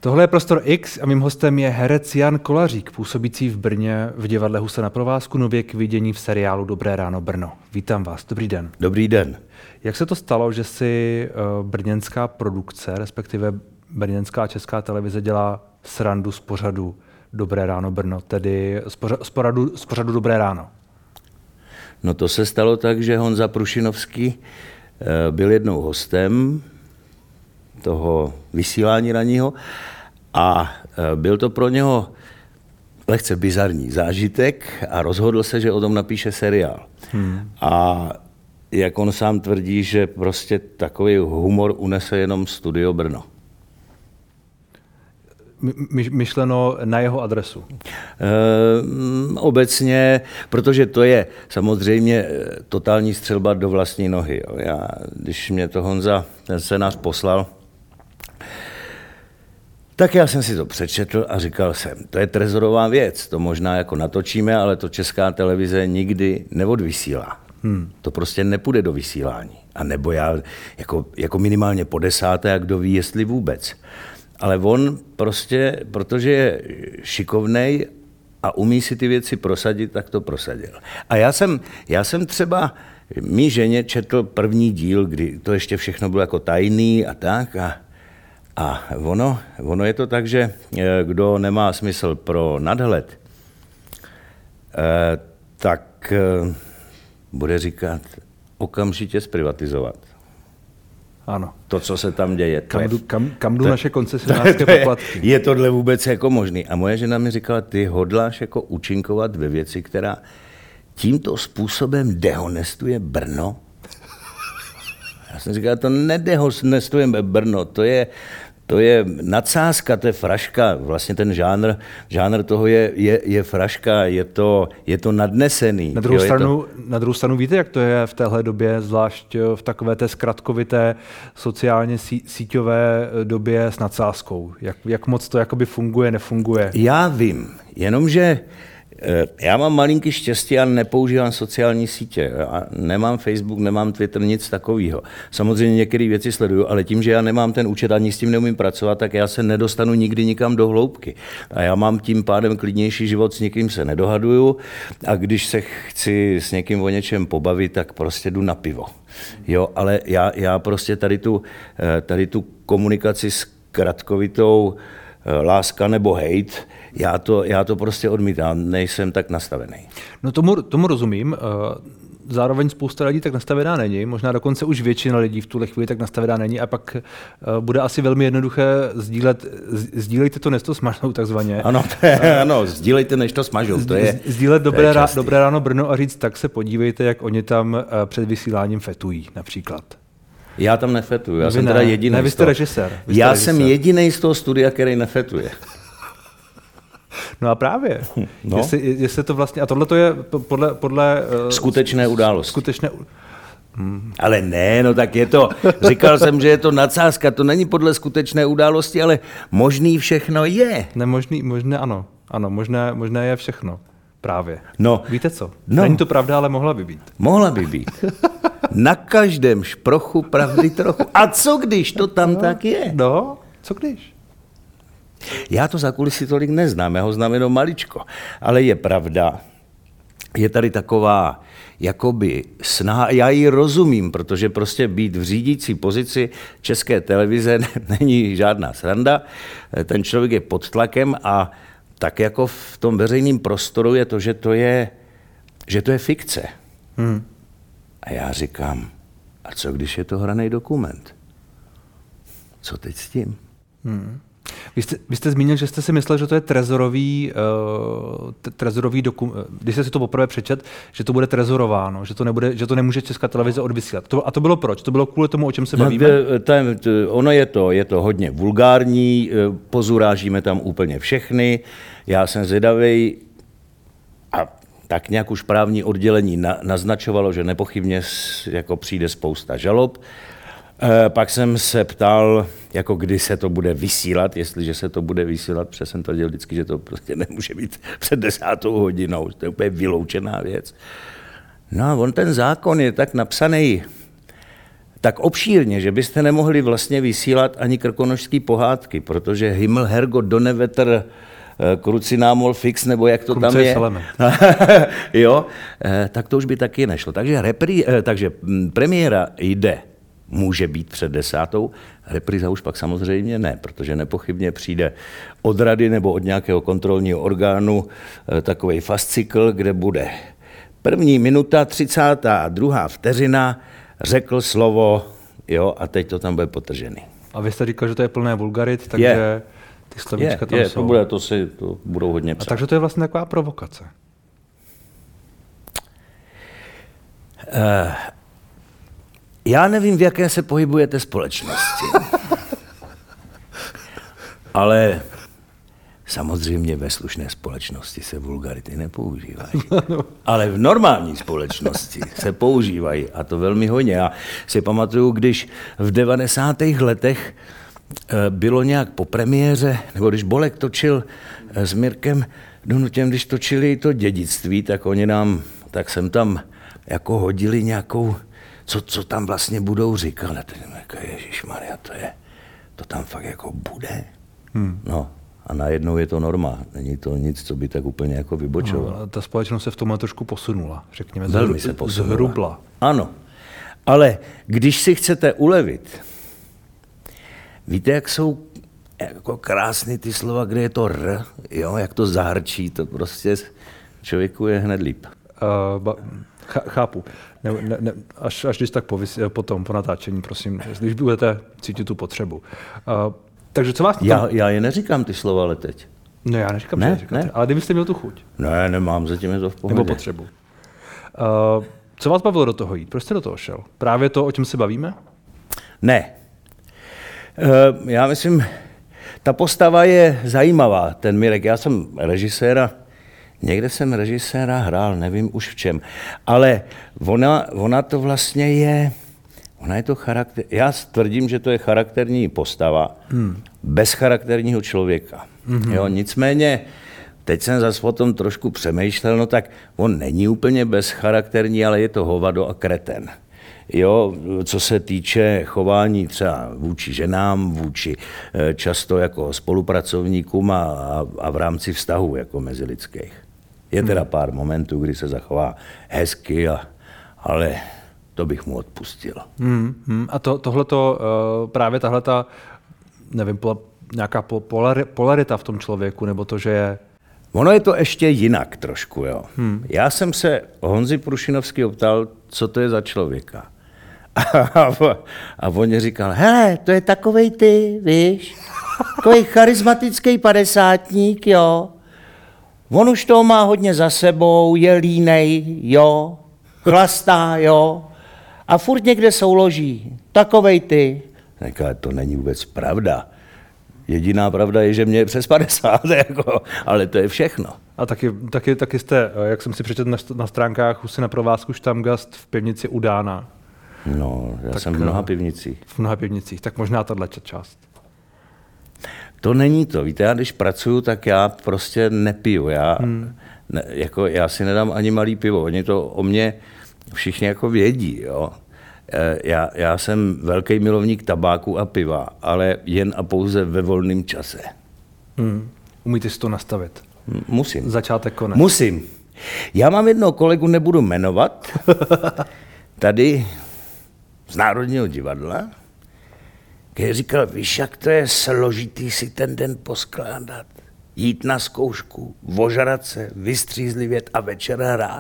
Tohle je Prostor X a mým hostem je herec Jan Kolařík, působící v Brně v divadle Husa na provázku, nově k vidění v seriálu Dobré ráno Brno. Vítám vás, dobrý den. Dobrý den. Jak se to stalo, že si brněnská produkce, respektive brněnská Česká televize dělá srandu z pořadu Dobré ráno Brno, tedy z pořadu Dobré ráno? No to se stalo tak, že Honza Prušinovský byl jednou hostem toho vysílání ranního a byl to pro něho lehce bizarní zážitek a rozhodl se, že o tom napíše seriál. A jak on sám tvrdí, že prostě takový humor unese jenom Studio Brno. Myšleno na jeho adresu? Obecně, protože to je samozřejmě totální střelba do vlastní nohy. Když mě to Honza, ten scénář poslal, tak já jsem si to přečetl a říkal jsem, to je trezorová věc, to možná jako natočíme, ale to Česká televize nikdy neodvysílá. To prostě nepůjde do vysílání. A nebo já jako minimálně po 10. a kdo ví, jestli vůbec. Ale on prostě, protože je šikovnej a umí si ty věci prosadit, tak to prosadil. A já jsem třeba mý ženě četl první díl, kdy to ještě všechno bylo jako tajný a tak. A ono je to tak, že kdo nemá smysl pro nadhled, tak bude říkat okamžitě zprivatizovat. Ano. To, co se tam děje. Kam jdu naše koncesionářské poplatky? Je tohle vůbec jako možný? A moje žena mi říkala, ty hodláš jako účinkovat ve věci, která tímto způsobem dehonestuje Brno? Já jsem říkal, to nedehonestujeme Brno, to je nadsázka, to je fraška, vlastně ten žánr toho je fraška, je to nadnesený. Na druhou stranu víte, jak to je v téhle době, zvlášť v takové té zkratkovité sociálně síťové době s nadsázkou. Jak moc to jakoby funguje, nefunguje? Já vím, jenomže já mám malinký štěstí a nepoužívám sociální sítě. A nemám Facebook, nemám Twitter, nic takového. Samozřejmě některé věci sleduju, ale tím, že já nemám ten účet ani s tím neumím pracovat, tak já se nedostanu nikdy nikam do hloubky. A já mám tím pádem klidnější život, s nikým se nedohaduju a když se chci s někým o něčem pobavit, tak prostě jdu na pivo. Jo, ale já prostě tady tu komunikaci s kratkovitou láska nebo hejt, já to prostě odmítám, nejsem tak nastavený. No tomu rozumím, zároveň spousta lidí tak nastavená není, možná dokonce už většina lidí v tuhle chvíli tak nastavená není a pak bude asi velmi jednoduché sdílejte to, než to smažou takzvaně. Ano, sdílejte, než to smažou, to je sdílet Dobré ráno Brno a říct, tak se podívejte, jak oni tam před vysíláním fetují například. Já tam nefetuju, já jsem teda jediný. Ne, vy jste režisér. Jsem jediný z toho studia, který nefetuje. No a právě. No. Jestli to vlastně, a tohle to je podle skutečné události. Ale ne, no tak je to, říkal jsem, že je to nadsázka, to není podle skutečné události, ale možný všechno je. Možné ano, možné je všechno. Právě. No. Víte co? No. Není to pravda, ale mohla by být. Mohla by být. Na každém šprochu pravdy trochu. A co když to tam tak je? No, co když? Já to za kulisy tolik neznám, já ho znám jenom maličko. Ale je pravda, je tady taková jakoby snaha, já ji rozumím, protože prostě být v řídící pozici České televize není žádná sranda. Ten člověk je pod tlakem a tak jako v tom veřejném prostoru je to, že to je fikce. A já říkám, a co když je to hraný dokument? Co teď s tím? Vy jste zmínil, že jste si myslel, že to je trezorový dokument, když jste si to poprvé přečet, že to bude trezorováno, že to nemůže Česká televize odvysílat. A to bylo proč? To bylo kvůli tomu, o čem se bavíme? Ono je to hodně vulgární, pozurážíme tam úplně všechny. Já jsem zvědavej a tak nějak už právní oddělení naznačovalo, že nepochybně jako přijde spousta žalob. Pak jsem se ptal, jako kdy se to bude vysílat, jestliže se to bude vysílat, protože jsem tvrdil vždycky, že to prostě nemůže být před 10. hodinou, to je úplně vyloučená věc. No a on ten zákon je tak napsaný tak obšírně, že byste nemohli vlastně vysílat ani krkonošský pohádky, protože Himmel, Herrgott, Donnerwetter, Krucinámol fix, nebo jak to tam je. Jo, tak to už by taky nešlo. Takže premiéra jde, může být před 10. Repríza už pak samozřejmě ne, protože nepochybně přijde od rady nebo od nějakého kontrolního orgánu takovej fascikl, kde bude 1. minuta, 32. vteřina, řekl slovo, jo, a teď to tam bude potržený. A vy jste říkal, že to je plné vulgarit, takže ty slovíčka tam jsou. To budou hodně psát. A takže to je vlastně taková provokace. Já nevím, v jaké se pohybujete společnosti. Ale samozřejmě ve slušné společnosti se vulgarity nepoužívají. Ale v normální společnosti se používají, a to velmi hodně. Já si pamatuju, když v 90. letech bylo nějak po premiéře, nebo když Bolek točil s Mirkem Donutěm, když točili to Dědictví, tak jsem tam jako hodili nějakou, co tam vlastně budou říkat. A teď říkal, ježišmarja, to tam fakt jako bude. No, a najednou je to norma. Není to nic, co by tak úplně jako vybočovalo. No, ta společnost se v tomhle trošku posunula, řekněme. Velmi se posunula. Zhrubla. Ano, ale když si chcete ulevit, víte, jak jsou jako krásný ty slova, kde je to r, jo, jak to zahrčí, to prostě člověku je hned líp. Chápu. Až když tak potom, po natáčení, prosím, když budete cítit tu potřebu. Takže co vás... Já je neříkám ty slova, ale teď. No já neříkám, že neříkáte, ale kdybyste měl tu chuť. Ne, nemám, zatím je to v pohodě. Nebo potřebu. Co vás bavilo do toho jít? Proč jste do toho šel? Právě to, o čem se bavíme? Ne. Já myslím, ta postava je zajímavá, ten Mirek. Já jsem někde jsem režiséra hrál, nevím už v čem, ale ona to vlastně je, ona je to charakter, já tvrdím, že to je charakterní postava bez charakterního člověka. Jo, nicméně, teď jsem zase o tom trošku přemýšlel, no tak on není úplně bezcharakterní, ale je to hovado a kreten. Jo, co se týče chování třeba vůči ženám, vůči často jako spolupracovníkům a v rámci vztahu jako mezilidských. Je teda pár momentů, kdy se zachová hezky, ale to bych mu odpustil. A tohleto, právě tahleta, nevím, nějaká polarita v tom člověku, nebo to, že je... Ono je to ještě jinak trošku, jo. Já jsem se Honzy Prušinovského ptal, co to je za člověka. A on říkal, hele, to je takovej ty, víš, takovej charismatický padesátník, jo. On už toho má hodně za sebou, je línej, jo, chlastá, jo, a furt někde souloží, takovej ty. Říkal, to není vůbec pravda. Jediná pravda je, že mě je přes 50, jako, ale to je všechno. A taky jste, jak jsem si přečetl na stránkách, už si na provázku Štamgast v pivnici u Dána. No, já jsem v mnoha pivnicích. V mnoha pivnicích, tak možná tahle část. To není to. Víte, já když pracuju, tak já prostě nepiju. Já si nedám ani malý pivo. Oni to o mě všichni jako vědí, jo. Já jsem velký milovník tabáku a piva, ale jen a pouze ve volném čase. Umíte si to nastavit? Musím. Začátek, konec. Musím. Já mám jednoho kolegu, nebudu jmenovat, tady z Národního divadla, který říkal, víš, jak to je složitý si ten den poskládat, jít na zkoušku, ožrat se, vystřízlivět a večer hrát.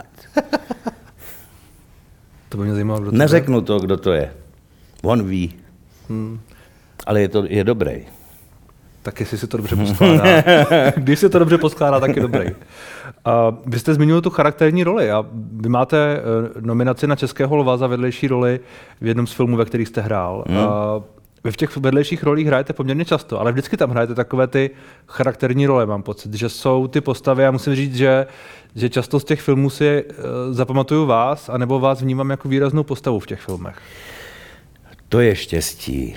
To by mě zajímalo, kdo to Neřeknu to, kdo to je. On ví. Ale je dobrý. Tak jestli se to dobře poskládá. Když se to dobře poskládá, tak je dobrý. Vy jste zmínil tu charakterní roli a vy máte nominaci na Českého lva za vedlejší roli v jednom z filmů, ve kterých jste hrál. Vy v těch vedlejších rolích hrajete poměrně často, ale vždycky tam hrajete takové ty charakterní role, mám pocit, že jsou ty postavy, já musím říct, že často z těch filmů si zapamatuju vás, anebo vás vnímám jako výraznou postavu v těch filmech. To je štěstí.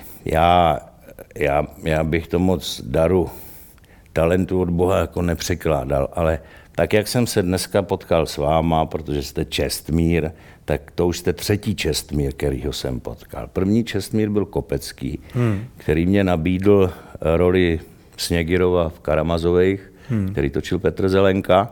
Já bych to moc daru talentu od Boha jako nepřekládal, ale tak jak jsem se dneska potkal s váma, protože jste Čestmír, tak to už jste třetí Čestmír, kterýho jsem potkal. První Čestmír byl Kopecký, který mě nabídl roli Sněgirova v Karamazových, který točil Petr Zelenka.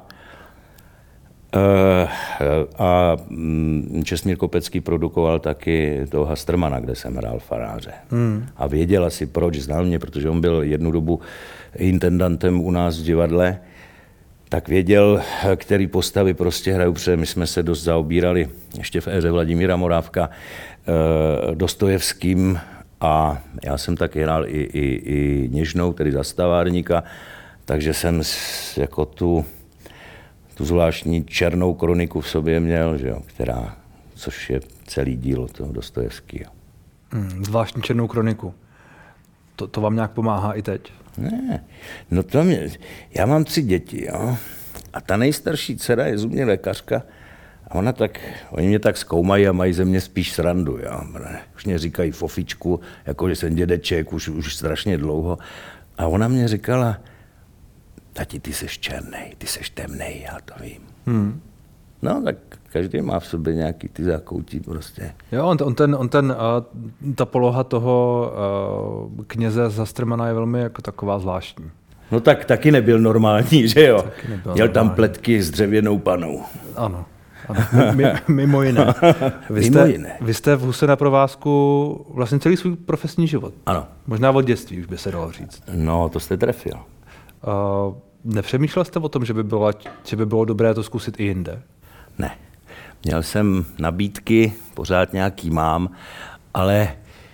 A Čestmír Kopecký produkoval taky toho Hastrmana, kde jsem hrál faráře. A věděl asi proč, znal mě, protože on byl jednu dobu intendantem u nás v divadle, tak věděl, který postavy prostě hraju, protože my jsme se dost zaobírali ještě v éře Vladimíra Morávka Dostojevským a já jsem taky hrál i Něžnou, tedy zastavárníka, takže jsem jako tu zvláštní černou kroniku v sobě měl, že jo, což je celý dílo toho Dostojevského. Zvláštní černou kroniku. To vám nějak pomáhá i teď? Ne, no já mám 3 děti, jo, a ta nejstarší dcera je zubní lékařka a oni mě tak zkoumají a mají ze mě spíš srandu, jo. Už mě říkají fofičku, jako že jsem dědeček už strašně dlouho a ona mě říkala, tati, ty seš černej, ty seš temnej, já to vím. No, tak každý má v sobě nějaký ty zákoutí prostě. Jo, ta poloha toho kněze Zastrmana je velmi jako taková zvláštní. No tak taky nebyl normální, že jo? Měl tam pletky s dřevěnou panou. Ano. Mimo jiné. Vy jste v Huse na provázku vlastně celý svůj profesní život. Ano. Možná od dětství už by se dalo říct. No, to jste trefil. Nepřemýšlel jste o tom, že by bylo dobré to zkusit i jinde? Ne. Měl jsem nabídky, pořád nějaký mám, ale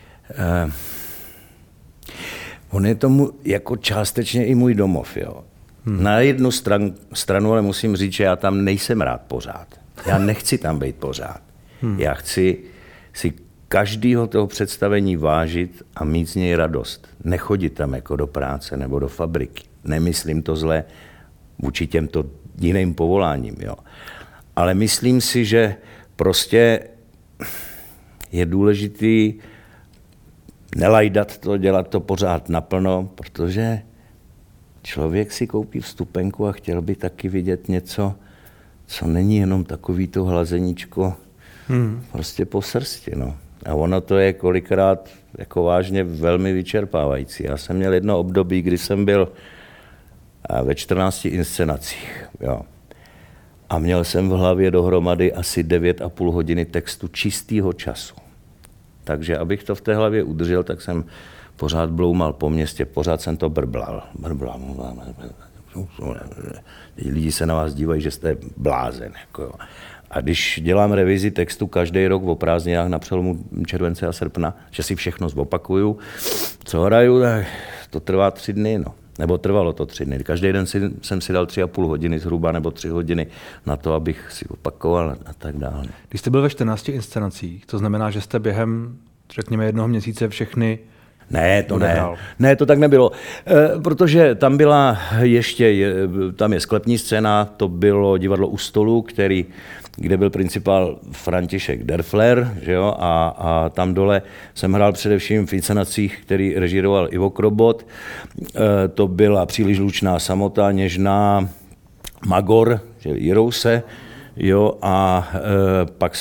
on je tomu jako částečně i můj domov. Jo. Na jednu stranu ale musím říct, že já tam nejsem rád pořád. Já nechci tam být pořád. Já chci si každého toho představení vážit a mít z něj radost. Nechodit tam jako do práce nebo do fabriky. Nemyslím to zle vůči těmto jiným povoláním. Jo. Ale myslím si, že prostě je důležitý nelajdat to, dělat to pořád naplno, protože člověk si koupí vstupenku a chtěl by taky vidět něco, co není jenom takový to hlazeníčko prostě po srsti. No. A ono to je kolikrát jako vážně velmi vyčerpávající. Já jsem měl jedno období, kdy jsem byl ve 14 inscenacích. Jo. A měl jsem v hlavě dohromady asi 9,5 hodiny textu čistého času. Takže abych to v té hlavě udržel, tak jsem pořád bloumal po městě, pořád jsem to brblal. Lidi se na vás dívají, že jste blázen. Jako. A když dělám revizi textu každý rok o prázdninách na přelomu července a srpna, že si všechno zopakuju, co hraju, tak to trvá 3 dny, no. Nebo trvalo to 3 dny. Každý den jsem si dal 3,5 hodiny zhruba, nebo 3 hodiny na to, abych si opakoval a tak dále. Když jste byl ve 14 inscenacích, to znamená, že jste během, řekněme, 1 měsíce všechny odehrál. Ne, to tak nebylo. Protože tam byla tam je sklepní scéna, to bylo divadlo U stolu, kde byl principál František Derfler, že jo, a tam dole jsem hrál především v inscenacích, který režíroval Ivo Krobot. To byla Příliš lučná samota, Něžná, Magor, Jirouse, jo, a pak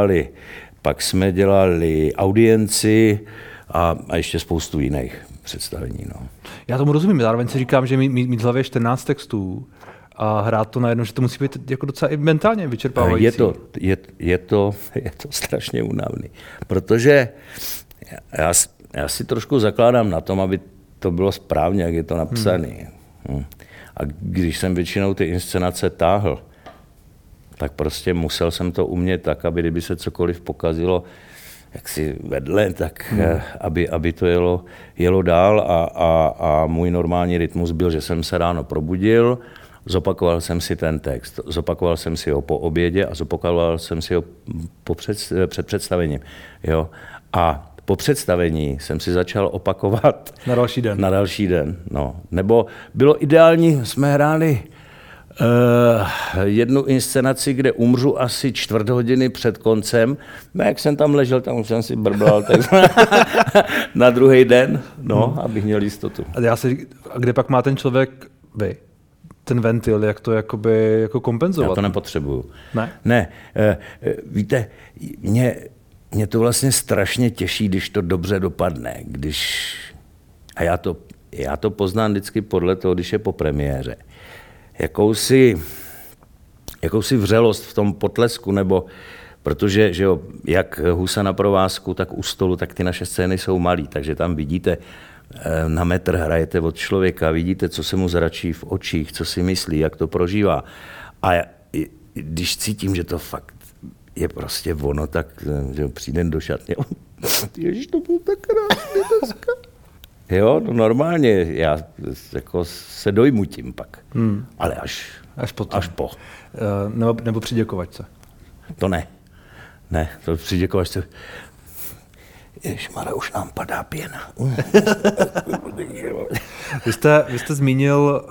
jsme dělali Audienci a ještě spoustu jiných představení. No. Já tomu rozumím, zároveň si říkám, že mít v hlavě 14 textů a hrát to najednou, že to musí být jako docela i mentálně vyčerpávající. Je to strašně únavný, protože já si trošku zakládám na tom, aby to bylo správně, jak je to napsané. A když jsem většinou ty inscenace táhl, tak prostě musel jsem to umět tak, aby kdyby se cokoliv pokazilo jaksi vedle, tak aby to jelo dál a můj normální rytmus byl, že jsem se ráno probudil, zopakoval jsem si ten text, zopakoval jsem si ho po obědě a zopakoval jsem si ho před představením. Jo? A po představení jsem si začal opakovat na další den. No. Nebo bylo ideální, jsme hráli jednu inscenaci, kde umřu asi 4 hodiny před koncem. No, jak jsem tam ležel, tam už jsem si brblal tak na druhý den, abych měl jistotu. A kde pak má ten člověk ten ventil, jak to jakoby jako kompenzovat? Já to nepotřebuju. Ne? Ne, víte, mě to vlastně strašně těší, když to dobře dopadne, a já to poznám vždycky podle toho, když je po premiéře. Jakousi vřelost v tom potlesku, nebo protože, že jo, jak Husa na provázku, tak u stolu, tak ty naše scény jsou malý, takže tam vidíte, na metr hrajete od člověka, vidíte, co se mu zračí v očích, co si myslí, jak to prožívá. A když cítím, že to fakt je prostě ono, tak že přijdem do šatně. Ježiš, to bylo tak krásný dneska. Jo, no normálně, já jako se dojmu tím pak. Ale až po. Nebo při děkovačce. To ne. Ne, to při děkovačce. Ježišmarja, už nám padá pěna. Vy jste zmínil,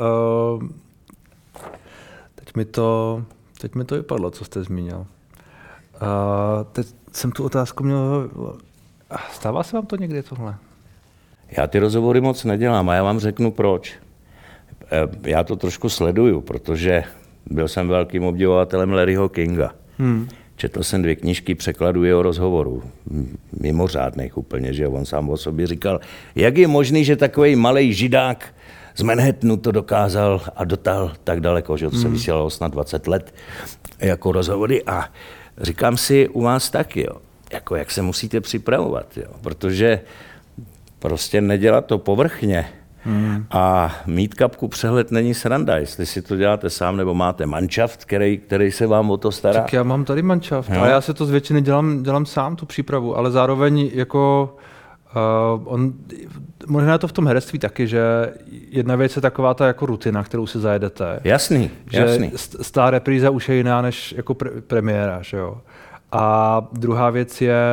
teď mi to vypadlo, co jste zmínil. Teď jsem tu otázku měl, stává se vám to někdy tohle? Já ty rozhovory moc nedělám a já vám řeknu proč. Já to trošku sleduju, protože byl jsem velkým obdivovatelem Larryho Kinga. Četl jsem 2 knížky překladů jeho rozhovorů, mimořádných úplně, že on sám o sobě říkal, jak je možný, že takový malej židák z Manhattanu to dokázal a dotáhl tak daleko, že to se vysílalo snad 20 let jako rozhovory a říkám si u vás taky, jo, jako jak se musíte připravovat, jo, protože prostě nedělat to povrchně a mít kapku přehled není sranda, jestli si to děláte sám nebo máte manšaft, který se vám o to stará. Tak já mám tady manšaft a já se to z většiny dělám sám, tu přípravu, ale zároveň jako možná je to v tom herectví taky, že jedna věc je taková ta jako rutina, kterou si zajedete. Jasný. Stá repríza už je jiná než jako premiéra, že jo. A druhá věc je,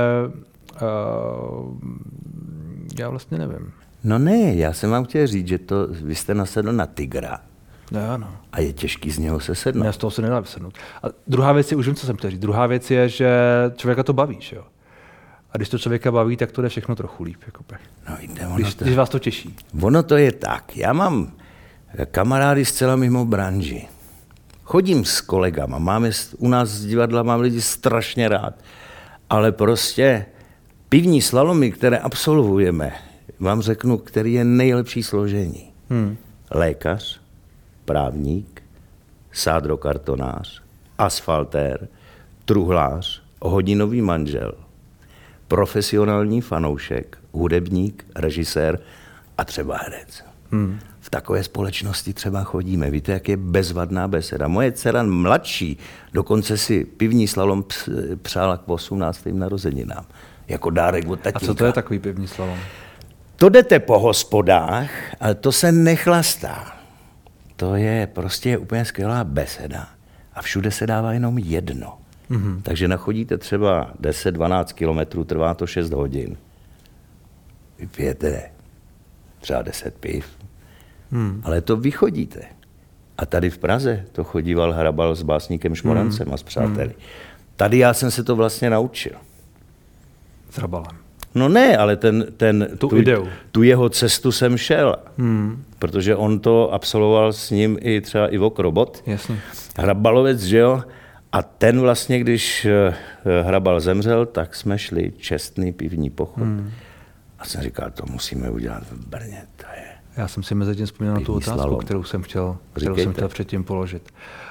já vlastně nevím. No ne, já jsem vám chtěl říct, že vy jste nasedl na tygra. Ano. A je těžký z něho sesednout. Já z toho se nedá vysednout. A druhá věc je, už vím, co jsem chtěl říct, druhá věc je, že člověka to baví, že jo. A když to člověka baví, tak to jde všechno trochu líp. No, když vás to těší. Ono to je tak. Já mám kamarády zcela mimo branži. Chodím s kolegama, u nás z divadla mám lidi strašně rád. Ale prostě pivní slalomy, které absolvujeme, vám řeknu, který je nejlepší složení. Lékař, právník, sádrokartonář, asfaltér, truhlář, hodinový manžel, profesionální fanoušek, hudebník, režisér a třeba herec. V takové společnosti třeba chodíme. Víte, jak je bezvadná beseda. Moje dcera mladší dokonce si pivní slalom přála k 18. narozeninám. Jako dárek od tatínka. A co to je takový pivní slalom? To jdete po hospodách, ale to se nechlastá. To je prostě úplně skvělá beseda. A všude se dává jenom jedno. Takže nachodíte třeba 10-12 kilometrů, trvá to 6 hodin. Vypijete třeba 10 piv. Ale to vychodíte. A tady v Praze to chodíval Hrabal s básníkem Šmorancem a s přáteli. Tady já jsem se to vlastně naučil. S Hrabalem. No ne, ale tu jeho cestu jsem šel. Protože on to absolvoval s ním i třeba Ivo Krobot. Jasně. Hrabalovec, že jo? A ten vlastně, když Hrabal zemřel, tak jsme šli čestný pivní pochod. A jsem říkal, to musíme udělat v Brně. To je já jsem si mezi tím vzpomněl na tu otázku, slalom. kterou jsem chtěl předtím položit.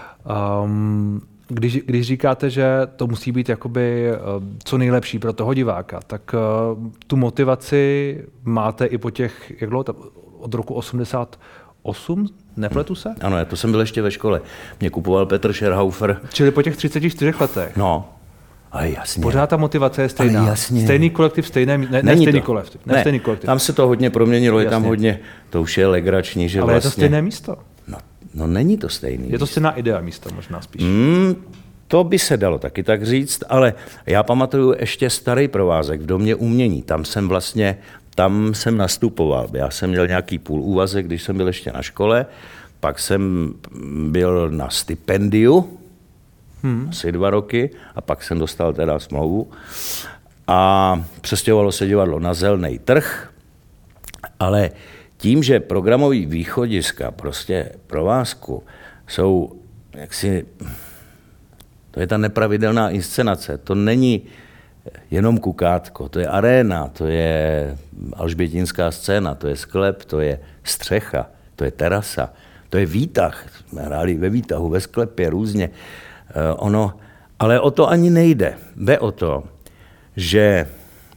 Když říkáte, že to musí být jakoby co nejlepší pro toho diváka, tak tu motivaci máte i po těch, jak dlouho, od roku 88? Nepletu se? Ano, to jsem byl ještě ve škole. Mě kupoval Petr Scherhaufer. Čili po těch 34 letech? No, a jasně. Pořád ta motivace je stejná. Stejný kolektiv, stejný kolektiv. Ne, stejný kolektiv. Tam se to hodně proměnilo, je tam hodně, to už je legrační, že ale vlastně... je to stejné místo? No není to stejný. Je to stejná idea místa možná spíš. To by se dalo taky tak říct, ale já pamatuju ještě starý provázek v Domě umění. Tam jsem nastupoval. Já jsem měl nějaký půl úvazek, když jsem byl ještě na škole, pak jsem byl na stipendiu, asi 2 roky, a pak jsem dostal teda smlouvu. A přestěhovalo se divadlo na Zelnej trh, ale tím, že programový východiska, prostě provázku, jsou jaksi, to je ta nepravidelná inscenace, to není jenom kukátko, to je aréna, to je alžbětinská scéna, to je sklep, to je střecha, to je terasa, to je výtah, jsme hráli ve výtahu, ve sklepě různě, ale o to ani nejde. Jde o to, že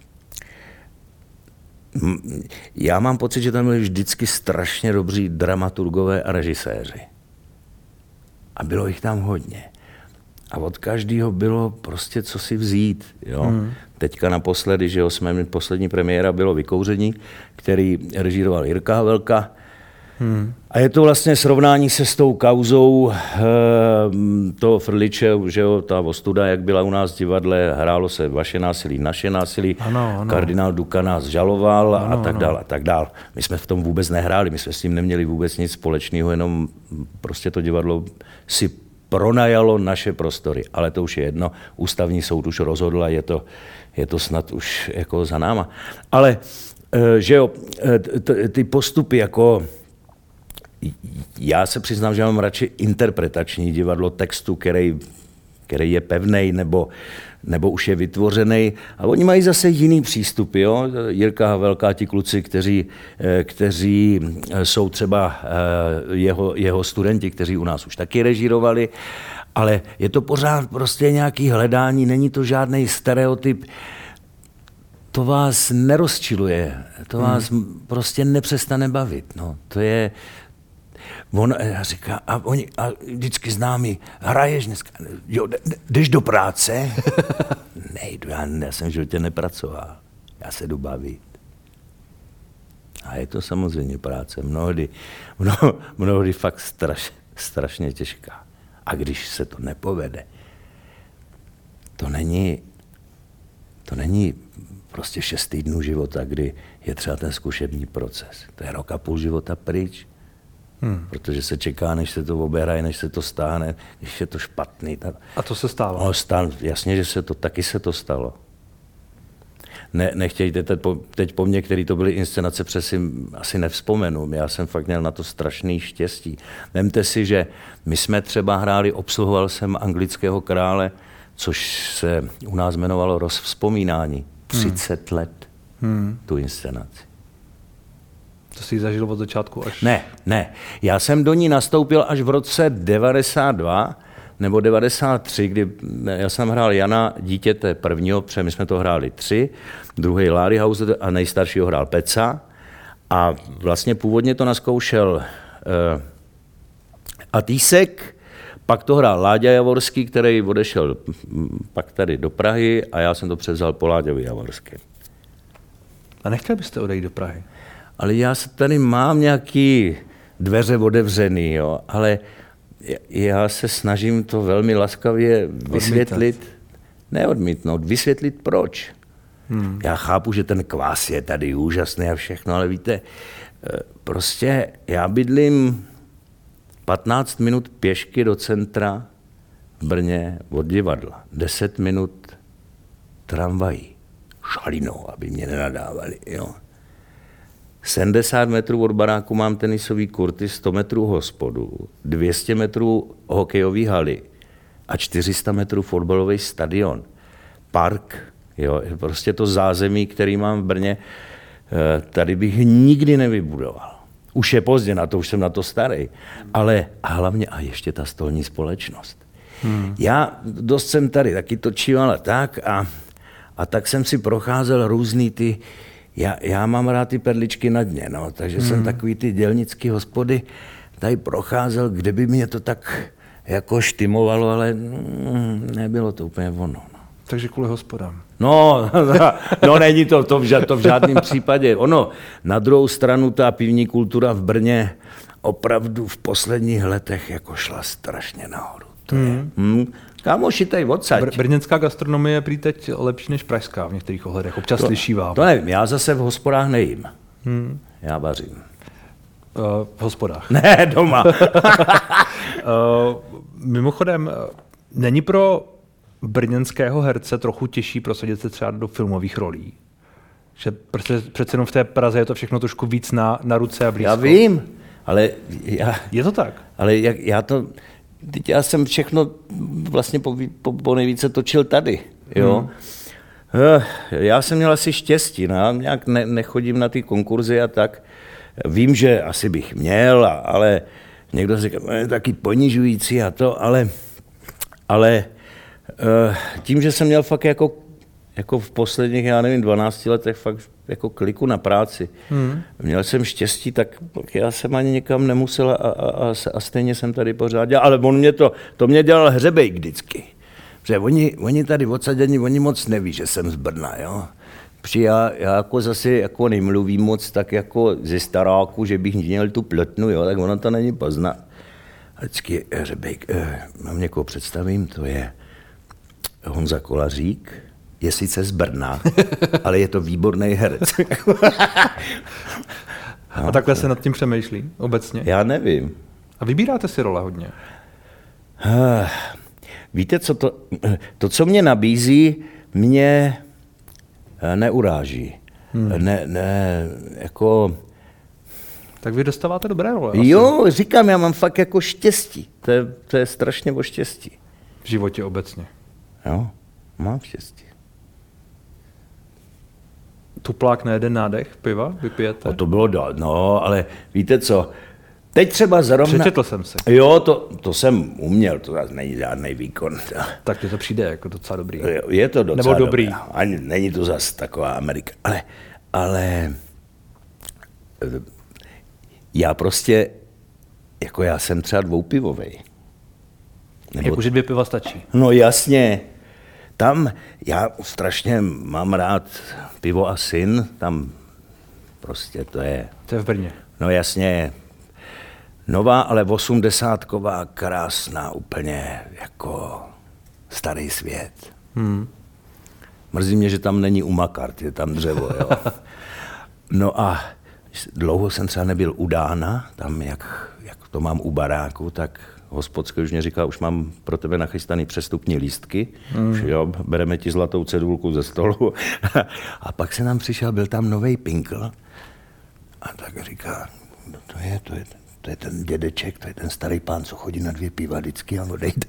já mám pocit, že tam byli vždycky strašně dobří dramaturgové a režiséři. A bylo jich tam hodně. A od každého bylo prostě co si vzít. Jo? Teďka naposledy, že poslední premiéra bylo Vykouření, který režíroval Jirka Havelka. A je to vlastně srovnání se s tou kauzou toho Frliče, že jo, ta ostuda, jak byla u nás v divadle, hrálo se Vaše násilí, naše násilí, ano. Kardinál Duka nás žaloval a tak dál. My jsme v tom vůbec nehráli, my jsme s tím neměli vůbec nic společného, jenom prostě to divadlo si pronajalo naše prostory, ale to už je jedno, ústavní soud už rozhodl a je to snad už jako za náma. Ale že jo, ty postupy jako já se přiznám, že mám radši interpretační divadlo textu, který je pevnej nebo už je vytvořený. A oni mají zase jiný přístupy. Jo? Jirka Havelka, ti kluci, kteří jsou třeba jeho studenti, kteří u nás už taky režírovali, ale je to pořád prostě nějaký hledání, není to žádný stereotyp. To vás nerozčiluje, to vás prostě nepřestane bavit. No, to je... On říká, a vždycky známý, hraješ dneska, jo, jdeš do práce? Nejdu, já jsem v životě nepracoval, já se jdu bavit. A je to samozřejmě práce, mnohdy fakt strašně těžká. A když se to nepovede, to není prostě 6 týdnů života, kdy je třeba ten zkušební proces. To je 1,5 roku života pryč. Protože se čeká, než se to obehraje, než se to stáhne, když je to špatný. A to se stalo? No, jasně, že taky se to stalo. Nechtějte teď po mně, který to byly inscenace, asi nevzpomenu. Já jsem fakt měl na to strašný štěstí. Vemte si, že my jsme třeba hráli, obsluhoval jsem Anglického krále, což se u nás jmenovalo Rozvzpomínání. 30 let tu inscenaci. To jsi zažil od začátku až... Ne. Já jsem do ní nastoupil až v roce 92 nebo 93, kdy já jsem hrál Jana dítěte prvního, protože my jsme to hráli 3, druhý Láry Hauser a nejstaršího hrál Peca. A vlastně původně to naskoušel Atýsek, pak to hrál Láďa Javorský, který odešel pak tady do Prahy a já jsem to převzal po Láďovi Javorském. A nechtěl byste odejít do Prahy? Ale já tady mám nějaký dveře otevřený, jo, ale já se snažím to velmi laskavě vysvětlit. Neodmítnout, vysvětlit proč. Já chápu, že ten kvás je tady úžasný a všechno, ale víte, prostě já bydlím 15 minut pěšky do centra v Brně od divadla. 10 minut tramvají. Šalinou, aby mě nenadávali, jo. 70 metrů od baráku mám tenisový kurty, 100 metrů hospodu, 200 metrů hokejový haly a 400 metrů fotbalový stadion. Park, jo, prostě to zázemí, který mám v Brně, tady bych nikdy nevybudoval. Už je pozdě, na to už jsem na to starý. Ale hlavně, a ještě ta stolní společnost. Já dost jsem tady taky točíval tak a tak jsem si procházel různý ty. Já mám rád ty perličky na dně, no, takže jsem takový ty dělnický hospody tady procházel, kde by mě to tak jako štimovalo, ale nebylo to úplně ono. No. Takže kvůli hospodám. No, není to v žádném případě. Ono, na druhou stranu ta pivní kultura v Brně opravdu v posledních letech jako šla strašně nahoru. To je, kámoši, tady odsaď. Brněnská gastronomie je prý teď lepší než pražská v některých ohledech. Občas slyšívám. To nevím, já zase v hospodách nejím. Já vařím. V hospodách? Ne, doma. Mimochodem, není pro brněnského herce trochu těžší prosadit se třeba do filmových rolí? Že přece jenom v té Praze je to všechno trošku víc na ruce a blízko. Já vím, ale je to tak? Ale já jsem všechno vlastně po nejvíce točil tady, jo. Já jsem měl asi štěstí, no, nějak nechodím na ty konkurzy a tak. Vím, že asi bych měl, ale někdo říká, je taky ponižující a to, ale tím, že jsem měl fakt jako v posledních, 12 letech fakt jako kliku na práci. Měl jsem štěstí, tak já jsem ani nikam nemusel a stejně jsem tady pořád dělal. Ale to mě dělal Hřebejk vždycky. Protože oni tady odsadění, oni moc neví, že jsem z Brna, jo. Protože já jako zase jako nemluvím moc tak jako ze staráku, že bych měl tu plotnu, jo, tak ono to není poznat. A vždycky Hřebejk, mám někoho představím, to je Honza Kolařík, je sice z Brna, ale je to výborný herec. A takhle se nad tím přemýšlí obecně? Já nevím. A vybíráte si role hodně? Víte, co mě nabízí, mě neuráží. Jako... Tak vy dostáváte dobré role. Jo, říkám, já mám fakt jako štěstí. To je strašně o štěstí. V životě obecně. Jo, mám štěstí. Tuplák na jeden nádech piva vypijete? To bylo no, ale víte co, teď třeba zrovna... Přečetl jsem si. Jo, to jsem uměl, to zase není žádný výkon. Tak to přijde jako docela dobrý. Je to docela nebo dobrý. Ani není to zase taková Amerika. Ale já prostě, jako já jsem třeba dvoupivovej. Jakože 2 piva stačí. No jasně. Tam já strašně mám rád Pivo a syn, tam prostě to je... To je v Brně. No jasně, nová, ale 80ková, krásná, úplně jako starý svět. Mrzí mě, že tam není umakart, je tam dřevo, jo. No a dlouho jsem třeba nebyl u Dána, tam jak to mám u baráku, tak hospodský už mě říkal, už mám pro tebe nachystaný přestupní lístky, už jo, bereme ti zlatou cedulku ze stolu. A pak se nám přišel, byl tam novej Pinkl a tak říká, no to je ten dědeček, to je ten starý pán, co chodí na 2 piva vždycky a odejde.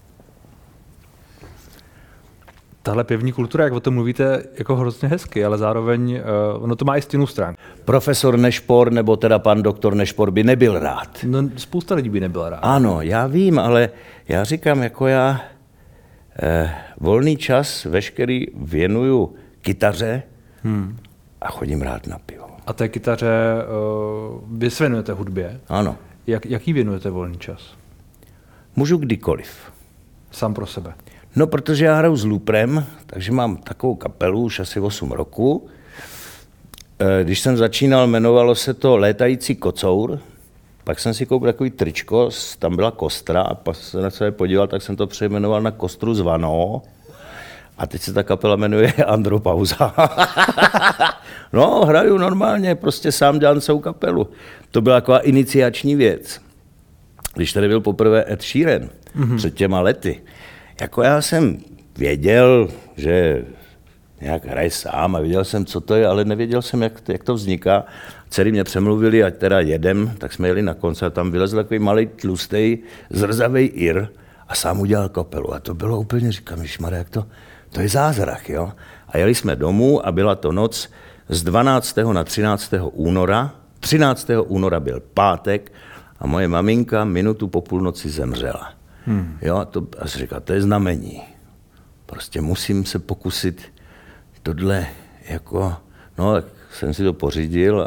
Tahle pivní kultura, jak o tom mluvíte, jako hrozně hezky, ale zároveň ono to má i stinnou stránku. Profesor Nešpor, nebo teda pan doktor Nešpor by nebyl rád. No, spousta lidí by nebyla rád. Ano, já vím, ale já říkám, jako já volný čas veškerý věnuju kytaře a chodím rád na pivo. A té kytaře vy se věnujete hudbě? Ano. Jaký věnujete volný čas? Můžu kdykoliv. Sám pro sebe? No, protože já hraju s Luprem, takže mám takovou kapelu už asi 8 roku. Když jsem začínal, jmenovalo se to Létající kocour, pak jsem si koupil takový tričko, tam byla kostra a pak se na sebe podíval, tak jsem to přejmenoval na Kostru zvanou. A teď se ta kapela jmenuje Andropauza. No, hraju normálně, prostě sám dělám celou kapelu. To byla taková iniciační věc. Když tady byl poprvé Ed Sheeran před těma lety, jako já jsem věděl, že nějak hraje sám a věděl jsem, co to je, ale nevěděl jsem, jak to vzniká. Dcery mě přemluvili, ať teda jedem, tak jsme jeli na koncert, tam vylezl takový malý tlustej, zrzavej Ir a sám udělal kapelu. A to bylo úplně, říkám, ježmarja, jak to je zázrak, jo. A jeli jsme domů a byla to noc z 12. na 13. února. 13. února byl pátek a moje maminka minutu po půlnoci zemřela. Jo, a si říkal, to je znamení. Prostě musím se pokusit tohle jako, no tak jsem si to pořídil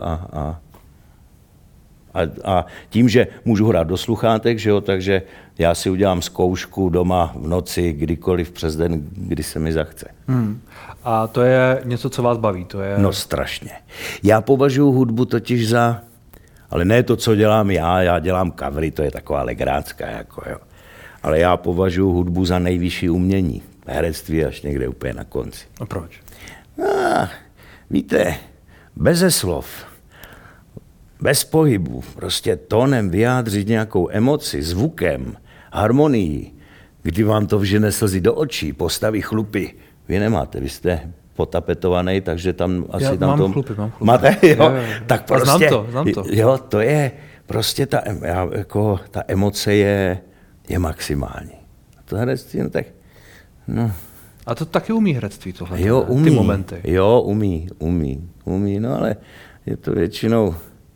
a tím, že můžu hrát do sluchátek, že jo, takže já si udělám zkoušku doma v noci, kdykoliv přes den, kdy se mi zachce. A to je něco, co vás baví? To je... No strašně. Já považuji hudbu totiž za, ale ne to, co dělám já dělám covery, to je taková legrácka, jako jo. Ale já považuji hudbu za nejvyšší umění. Herectví až někde úplně na konci. A proč? Víte, beze slov, bez pohybu, prostě tónem vyjádřit nějakou emoci, zvukem, harmonií, kdy vám to vžene slzy do očí, postaví chlupy. Vy nemáte, vy jste potapetovaný, takže tam asi Já tam mám chlupy. Máte? Jo? Tak prostě, znám to. Jo, to je prostě ta emoce je maximální. To herectví, no tak, no. A to taky umí herectví tohle, Jo, ty momenty. Jo, umí, no ale je to většinou,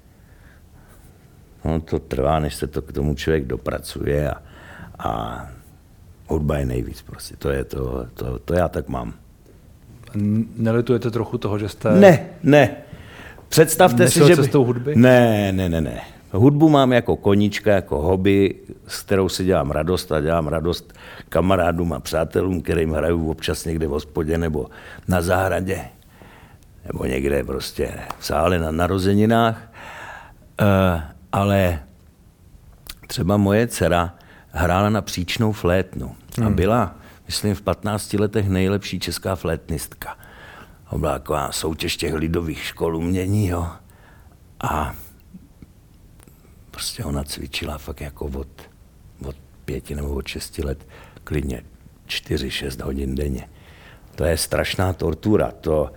no to trvá, než se to k tomu člověk dopracuje a hudba je nejvíc prostě, to já tak mám. Nelitujete trochu toho, že jste... Ne. Představte si, že... cestou hudby? Ne. Hudbu mám jako koníčka, jako hobby, s kterou si dělám radost a dělám radost kamarádům a přátelům, kterým hraju občas někde v hospodě nebo na zahradě, nebo někde prostě v sále na narozeninách. Ale třeba moje dcera hrála na příčnou flétnu a byla, myslím, v 15 letech nejlepší česká flétnistka. Byla taková soutěž těch lidových škol umění, jo. A prostě ona cvičila fakt jako od 5 nebo od 6 let klidně 4-6 hodin denně. To je strašná tortura.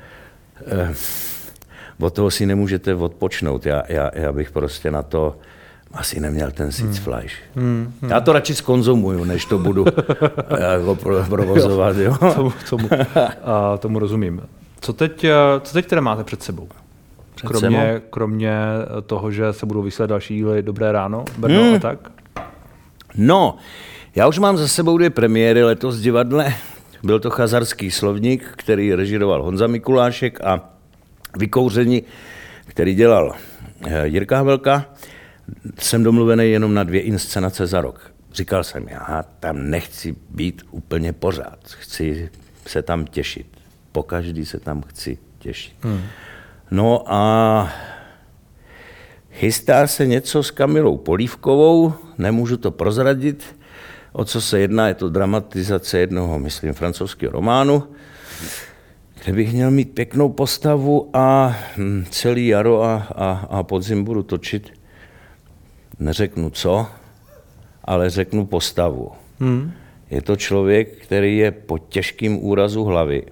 Od toho si nemůžete odpočnout. Já bych prostě na to asi neměl ten Sitzfleisch. Já to radši zkonzumuju, než to budu jako provozovat. Jo. Tomu rozumím. Co teď teda máte před sebou? Kromě toho, že se budou vysílat další díly Dobré ráno, Brno a tak? No, já už mám za sebou 2 premiéry letos v divadle. Byl to Chazarský slovník, který režíroval Honza Mikulášek, a Vykouření, který dělal Jirka Havelka. Jsem domluvený jenom na 2 inscenace za rok. Říkal jsem, já tam nechci být úplně pořád. Chci se tam těšit. Pokaždý se tam chci těšit. No a chystá se něco s Kamilou Polívkovou, nemůžu to prozradit, o co se jedná, je to dramatizace jednoho, myslím, francouzského románu, kde bych měl mít pěknou postavu a celý jaro a podzim budu točit, neřeknu co, ale řeknu postavu. Je to člověk, který je po těžkým úrazu hlavy,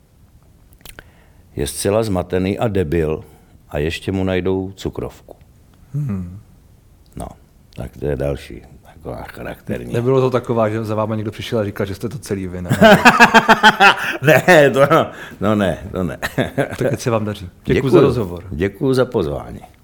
je zcela zmatený a debil a ještě mu najdou cukrovku. No, tak to je další taková charakterní. Nebylo to taková, že za váma někdo přišel a říkal, že jste to celý vy, ne? Ne, to ne. Tak teď se vám daří. Děkuji za rozhovor. Děkuji za pozvání.